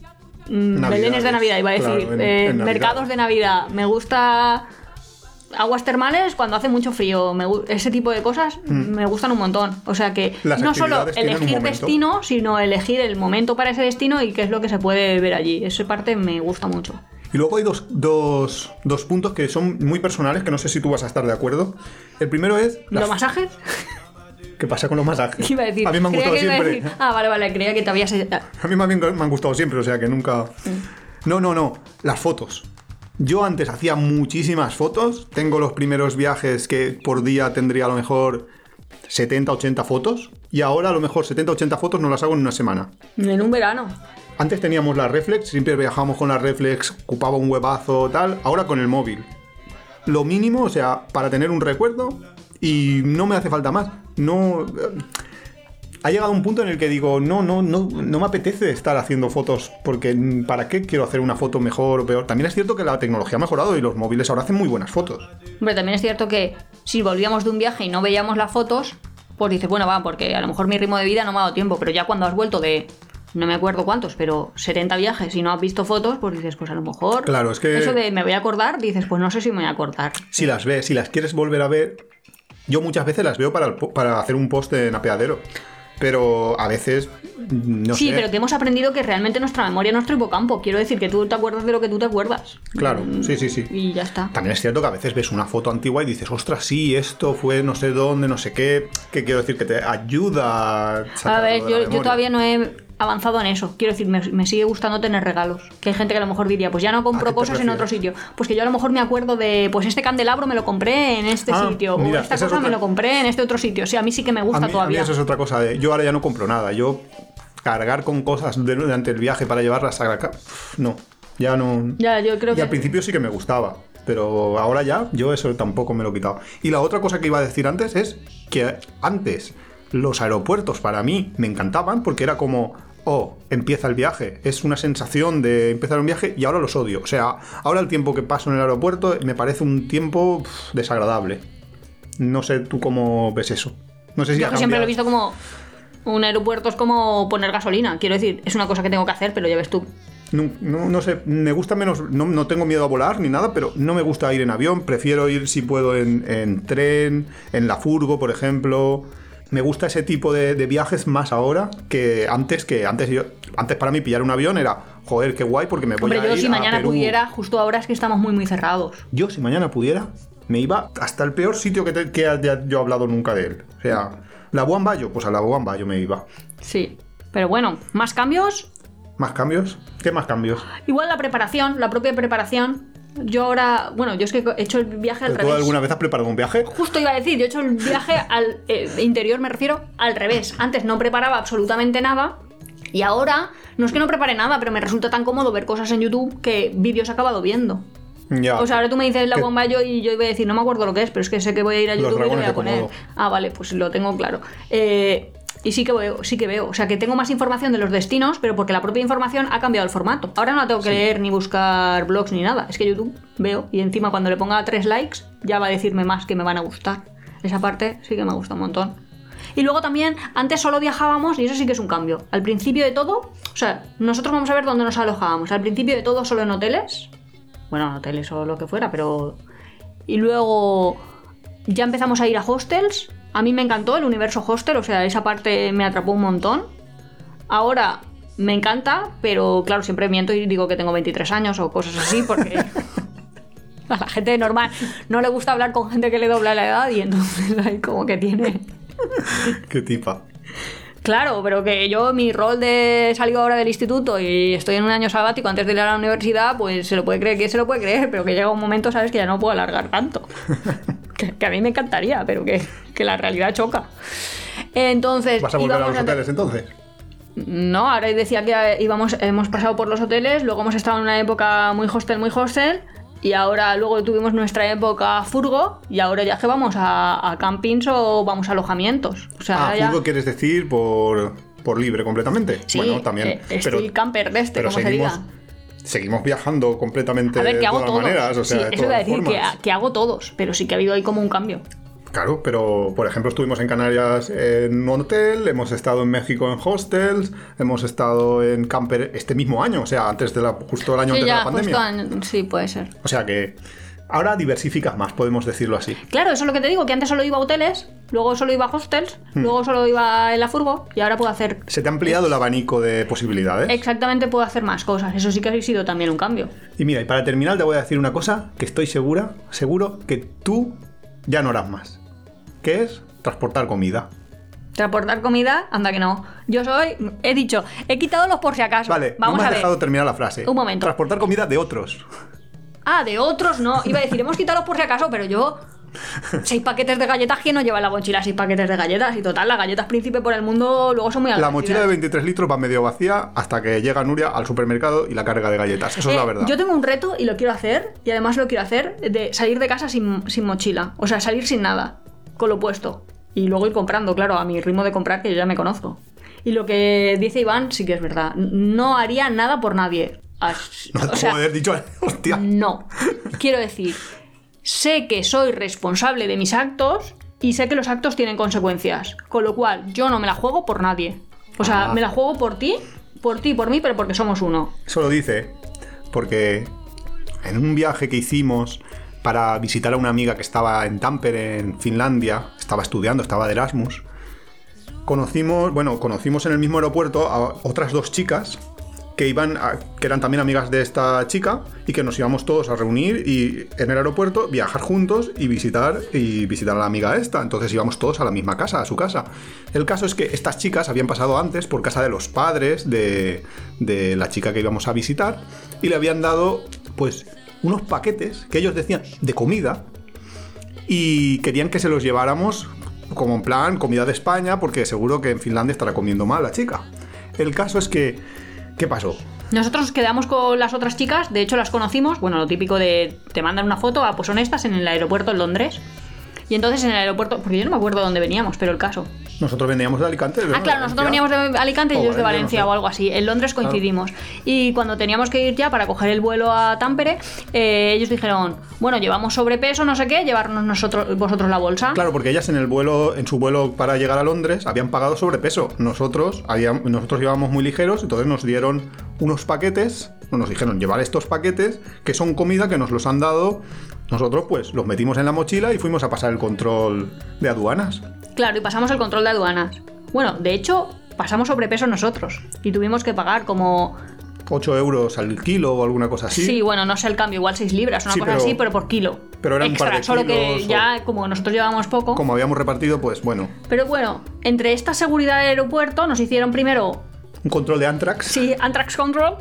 belenes de Navidad, iba a decir.
Claro, en
mercados de Navidad. Me gusta aguas termales cuando hace mucho frío. Ese tipo de cosas me gustan un montón. O sea que no solo elegir destino, sino elegir el momento para ese destino y qué es lo que se puede ver allí. Esa parte me gusta mucho.
Y luego hay dos puntos que son muy personales, que no sé si tú vas a estar de acuerdo. El primero es...
¿Los masajes?
¿Qué pasa con los masajes?
Iba a decir,
a mí me han gustado siempre.
Vale, creía que te habías...
A mí más bien me han gustado siempre, o sea que nunca... No, las fotos. Yo antes hacía muchísimas fotos. Tengo los primeros viajes que por día tendría a lo mejor 70, 80 fotos. Y ahora a lo mejor 70, 80 fotos no las hago en una semana.
En un verano.
Antes teníamos la reflex, siempre viajábamos con la reflex, ocupaba un huevazo, tal. Ahora con el móvil. Lo mínimo, o sea, para tener un recuerdo, y no me hace falta más. No... Ha llegado un punto en el que digo, no me apetece estar haciendo fotos, porque ¿para qué quiero hacer una foto mejor o peor? También es cierto que la tecnología ha mejorado y los móviles ahora hacen muy buenas fotos.
Hombre, también es cierto que si volvíamos de un viaje y no veíamos las fotos, pues dices, bueno, va, porque a lo mejor mi ritmo de vida no me ha dado tiempo, pero ya cuando has vuelto de no me acuerdo cuántos, pero 70 viajes y no has visto fotos, pues dices, pues a lo mejor...
Claro, es que...
Eso de me voy a acordar, dices, pues no sé si me voy a acordar.
Si las ves, si las quieres volver a ver, yo muchas veces las veo para hacer un post en Apeadero. Pero a veces, no sé.
Sí, pero que hemos aprendido que realmente nuestra memoria es nuestro hipocampo. Quiero decir que tú te acuerdas de lo que tú te acuerdas.
Claro, sí.
Y ya está.
También es cierto que a veces ves una foto antigua y dices, ostras, sí, esto fue no sé dónde, no sé qué. Que quiero decir que te ayuda
a ver, yo todavía no he avanzado en eso. Quiero decir, me sigue gustando tener regalos. Que hay gente que a lo mejor diría, pues ya no compro cosas en otro sitio. Pues que yo a lo mejor me acuerdo de, pues este candelabro me lo compré en este sitio.
Mira,
o esta cosa me lo compré en este otro sitio. O sea, a mí sí que me gusta todavía.
A mí eso es otra cosa. Yo ahora ya no compro nada. Yo cargar con cosas durante el viaje para llevarlas a acá, no. Ya no.
Ya, yo creo
y al principio sí que me gustaba. Pero ahora ya, yo eso tampoco me lo he quitado. Y la otra cosa que iba a decir antes es que antes los aeropuertos para mí me encantaban porque era como... empieza el viaje. Es una sensación de empezar un viaje y ahora los odio. O sea, ahora el tiempo que paso en el aeropuerto me parece un tiempo desagradable. No sé tú cómo ves eso. No sé si
yo siempre lo he visto como... Un aeropuerto es como poner gasolina. Quiero decir, es una cosa que tengo que hacer, pero ya ves tú.
No sé, me gusta menos... No tengo miedo a volar ni nada, pero no me gusta ir en avión. Prefiero ir, si puedo, en tren, en la furgo, por ejemplo... Me gusta ese tipo de viajes más ahora que antes para mí pillar un avión era, joder, qué guay porque me voy a ir a Perú.
Hombre, yo si mañana pudiera, justo ahora es que estamos muy muy cerrados.
Yo si mañana pudiera, me iba hasta el peor sitio que haya yo hablado nunca de él. O sea, Labuan Bajo, pues a Labuan Bajo me iba.
Sí, pero bueno, ¿más cambios?
¿Más cambios? ¿Qué más cambios?
Igual la preparación, la propia preparación. Yo ahora, bueno, yo es que he hecho el viaje al revés.
¿Tú alguna vez has preparado un viaje?
Justo iba a decir, yo he hecho el viaje al interior, me refiero al revés. Antes no preparaba absolutamente nada y ahora no es que no prepare nada, pero me resulta tan cómodo ver cosas en YouTube que vídeos he acabado viendo.
Ya.
O sea, ahora tú me dices la bomba y yo iba a decir, no me acuerdo lo que es, pero es que sé que voy a ir a YouTube y lo voy a poner. Ah, vale, pues lo tengo claro. Y sí que veo. O sea, que tengo más información de los destinos, pero porque la propia información ha cambiado el formato. Ahora no la tengo que leer ni buscar blogs ni nada. Es que YouTube veo y encima cuando le ponga 3 likes ya va a decirme más que me van a gustar. Esa parte sí que me gusta un montón. Y luego también, antes solo viajábamos y eso sí que es un cambio. Al principio de todo, o sea, nosotros vamos a ver dónde nos alojábamos. Al principio de todo solo en hoteles. Bueno, en hoteles o lo que fuera, pero... Y luego ya empezamos a ir a hostels. A mí me encantó el universo hostel, o sea, esa parte me atrapó un montón. Ahora me encanta, pero claro, siempre miento y digo que tengo 23 años o cosas así, porque a la gente normal no le gusta hablar con gente que le dobla la edad y entonces ahí como que tiene...
Qué tipa.
Claro, pero que yo, mi rol de salido ahora del instituto y estoy en un año sabático antes de ir a la universidad, pues se lo puede creer, ¿quién se lo puede creer? Pero que llega un momento, ¿sabes? Que ya no puedo alargar tanto. que a mí me encantaría, pero que la realidad choca. Entonces...
¿Vas a volver a los hoteles entonces?
No, ahora decía que hemos pasado por los hoteles, luego hemos estado en una época muy hostel, y ahora luego tuvimos nuestra época furgo y ahora ya que vamos a campings o vamos a alojamientos. O sea,
furgo quieres decir por libre completamente.
Sí,
bueno, también.
Estoy camper de como se diga.
Seguimos viajando completamente
a ver, que
de
hago
todas
todos.
maneras. O sea,
sí, eso iba a decir que hago todos, pero sí que ha habido ahí como un cambio.
Claro, pero por ejemplo estuvimos en Canarias en un hotel, hemos estado en México en hostels, hemos estado en camper este mismo año, o sea, antes de justo el año antes de la pandemia.
Sí, puede ser.
O sea que ahora diversificas más, podemos decirlo así.
Claro, eso es lo que te digo, que antes solo iba a hoteles, luego solo iba a hostels, luego solo iba en la furgo y ahora puedo hacer...
Se te ha ampliado el abanico de posibilidades.
Exactamente, puedo hacer más cosas, eso sí que ha sido también un cambio.
Y mira, y para terminar te voy a decir una cosa que estoy seguro que tú ya no harás más. ¿Qué es? Transportar comida.
¿Transportar comida? Anda que no. He quitado los por si acaso.
Vale,
vamos
no me has
a ver.
dejado terminar la frase.
Un momento.
Transportar comida de otros.
Ah, de otros no. Iba a decir, hemos quitado los por si acaso, pero yo... 6 paquetes de galletas, ¿quién no lleva en la mochila 6 paquetes de galletas? Y total, las galletas príncipe por el mundo luego son muy agradecidas.
La mochila de 23 litros va medio vacía hasta que llega Nuria al supermercado y la carga de galletas. Eso es la verdad.
Yo tengo un reto y lo quiero hacer, y además lo quiero hacer, de salir de casa sin mochila. O sea, salir sin nada, con lo puesto. Y luego ir comprando, claro, a mi ritmo de comprar, que yo ya me conozco. Y lo que dice Iván sí que es verdad. No haría nada por nadie.
No te haber dicho, hostia.
No. Quiero decir, sé que soy responsable de mis actos y sé que los actos tienen consecuencias. Con lo cual, yo no me la juego por nadie. O sea, me la juego por ti por ti y por mí, pero porque somos uno.
Eso lo dice porque en un viaje que hicimos para visitar a una amiga que estaba en Tampere, en Finlandia, estaba estudiando, estaba de Erasmus, conocimos en el mismo aeropuerto a otras 2 chicas que eran también amigas de esta chica y que nos íbamos todos a reunir y en el aeropuerto viajar juntos y visitar a la amiga esta. Entonces íbamos todos a la misma casa, a su casa. El caso es que estas chicas habían pasado antes por casa de los padres de la chica que íbamos a visitar y le habían dado pues unos paquetes que ellos decían de comida y querían que se los lleváramos como en plan comida de España, porque seguro que en Finlandia estará comiendo mal la chica. El caso es que ¿qué pasó?
Nosotros nos quedamos con las otras chicas, de hecho las conocimos, bueno, lo típico de te mandan una foto, pues son estas en el aeropuerto en Londres. Y entonces en el aeropuerto, porque yo no me acuerdo de dónde veníamos, pero el caso.
Nosotros veníamos de Alicante.
Ah, claro, nosotros veníamos de Alicante y ellos de Valencia, no sé, o algo así. En Londres coincidimos. Claro. Y cuando teníamos que ir ya para coger el vuelo a Tampere, ellos dijeron, bueno, llevamos sobrepeso, no sé qué, llevarnos vosotros la bolsa.
Claro, porque ellas en su vuelo para llegar a Londres habían pagado sobrepeso. Nosotros íbamos muy ligeros, entonces nos dieron unos paquetes, nos dijeron llevar estos paquetes, que son comida que nos los han dado. Nosotros pues los metimos en la mochila y fuimos a pasar el control de aduanas.
Claro, y pasamos el control de aduanas. Bueno, de hecho, pasamos sobrepeso nosotros y tuvimos que pagar como
8 euros al kilo o alguna cosa así.
Sí, bueno, no sé el cambio, igual 6 libras, una cosa así, pero por kilo.
Pero era
extra,
un par de
solo
kilos,
que ya, como nosotros llevábamos poco.
Como habíamos repartido, pues bueno.
Pero bueno, entre esta seguridad del aeropuerto nos hicieron primero
un control de Antrax.
Sí, Antrax Control.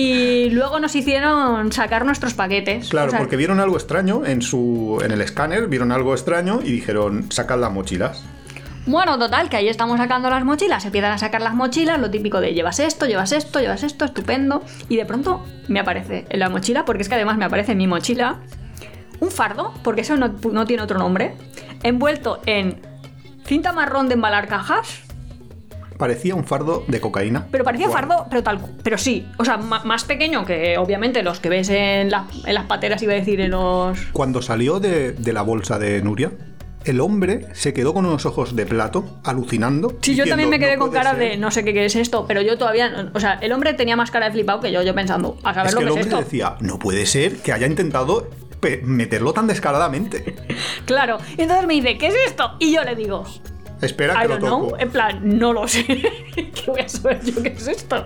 Y luego nos hicieron sacar nuestros paquetes.
Claro, o sea, porque vieron algo extraño en el escáner, vieron algo extraño y dijeron, sacad las mochilas.
Bueno, total, que ahí estamos sacando las mochilas, empiezan a sacar las mochilas, lo típico de llevas esto, estupendo. Y de pronto me aparece en la mochila, porque es que además me aparece en mi mochila, un fardo, porque eso no tiene otro nombre, envuelto en cinta marrón de embalar cajas.
Parecía un fardo de cocaína.
Pero parecía fardo, pero sí. O sea, más pequeño que obviamente los que ves en las pateras, iba a decir, en los...
Cuando salió de la bolsa de Nuria, el hombre se quedó con unos ojos de plato, alucinando.
Sí, diciendo, yo también me quedé con cara de no sé qué es esto, pero yo todavía... O sea, el hombre tenía más cara de flipado que yo pensando, a saber lo que es esto. Es que el hombre
decía, no puede ser que haya intentado meterlo tan descaradamente.
Claro, y entonces me dice, ¿qué es esto? Y yo le digo...
Espera que lo toco.
En plan, no lo sé. ¿Qué voy a saber yo qué es esto?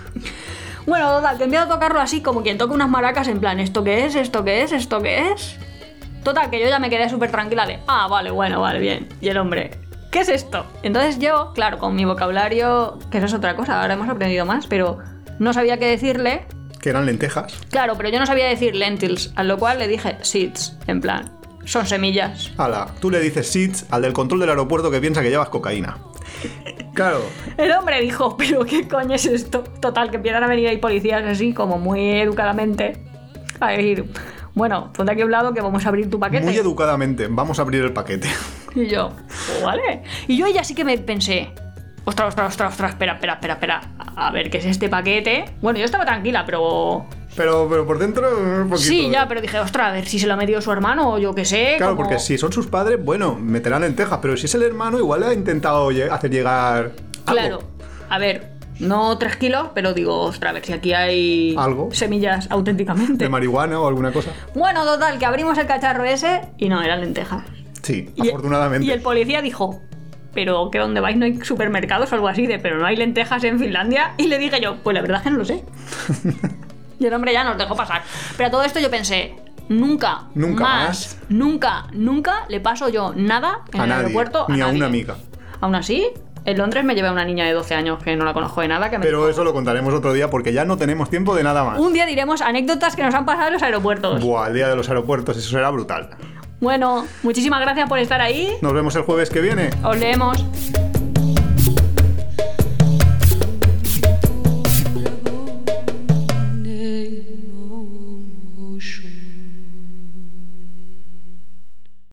Bueno, total, que empiezo a tocarlo así como quien toca unas maracas en plan, ¿esto qué es? ¿Esto qué es? ¿Esto qué es? Total, que yo ya me quedé súper tranquila de, vale, bien. Y el hombre, ¿qué es esto? Entonces yo, claro, con mi vocabulario, que eso es otra cosa, ahora hemos aprendido más, pero no sabía qué decirle.
Que eran lentejas.
Claro, pero yo no sabía decir lentils, a lo cual le dije seeds, en plan... Son semillas.
Hala, tú le dices seeds al del control del aeropuerto que piensa que llevas cocaína. Claro.
El hombre dijo, ¿pero qué coño es esto? Total, que empiezan a venir ahí policías así, como muy educadamente, a decir, bueno, ponte aquí a un lado que vamos a abrir tu paquete.
Muy educadamente, vamos a abrir el paquete.
Y yo, vale. Y yo ya sí que me pensé, ostras, espera. A ver, ¿qué es este paquete? Bueno, yo estaba tranquila, pero
por dentro un poquito.
Sí, ya, pero dije, ostras, a ver si se lo ha metido su hermano o yo qué sé.
Claro, porque si son sus padres, bueno, meterán lentejas, pero si es el hermano, igual le ha intentado hacer llegar algo.
Claro, a ver, no 3 kilos, pero digo, ostras, a ver si aquí hay
algo,
semillas auténticamente.
De marihuana o alguna cosa.
Bueno, total, que abrimos el cacharro ese y no, eran lentejas.
Sí, afortunadamente.
Y el policía dijo, pero que donde vais no hay supermercados o algo así, pero no hay lentejas en Finlandia. Y le dije yo, pues la verdad es que no lo sé. Y el hombre ya nos dejó pasar. Pero a todo esto yo pensé, nunca le paso yo nada en el aeropuerto a
ni
nadie.
A una amiga.
Aún así, en Londres me llevé a una niña de 12 años que no la conozco de nada.
Pero dijo, eso lo contaremos otro día porque ya no tenemos tiempo de nada más.
Un día diremos anécdotas que nos han pasado en los aeropuertos.
Buah, el día de los aeropuertos, eso será brutal.
Bueno, muchísimas gracias por estar ahí.
Nos vemos el jueves que viene.
Os leemos.